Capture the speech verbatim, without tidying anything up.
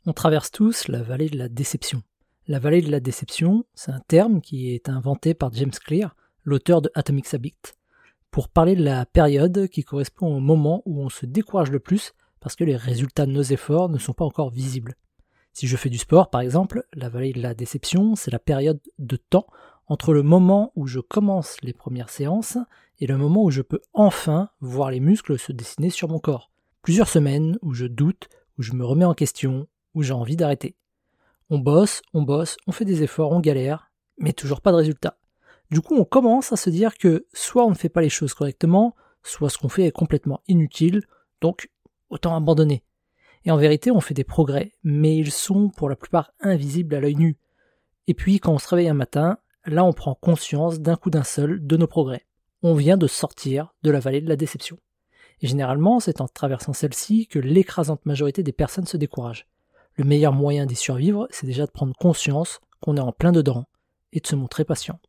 On traverse tous la vallée de la déception. La vallée de la déception, c'est un terme qui est inventé par James Clear, l'auteur de Atomic Habits, pour parler de la période qui correspond au moment où on se décourage le plus parce que les résultats de nos efforts ne sont pas encore visibles. Si je fais du sport, par exemple, la vallée de la déception, c'est la période de temps entre le moment où je commence les premières séances et le moment où je peux enfin voir les muscles se dessiner sur mon corps. Plusieurs semaines où je doute, où je me remets en question, où j'ai envie d'arrêter. On bosse, on bosse, on fait des efforts, on galère, mais toujours pas de résultat. Du coup, on commence à se dire que soit on ne fait pas les choses correctement, soit ce qu'on fait est complètement inutile, donc autant abandonner. Et en vérité, on fait des progrès, mais ils sont pour la plupart invisibles à l'œil nu. Et puis, quand on se réveille un matin, là on prend conscience d'un coup d'un seul de nos progrès. On vient de sortir de la vallée de la déception. Et généralement, c'est en traversant celle-ci que l'écrasante majorité des personnes se découragent. Le meilleur moyen d'y survivre, c'est déjà de prendre conscience qu'on est en plein dedans et de se montrer patient.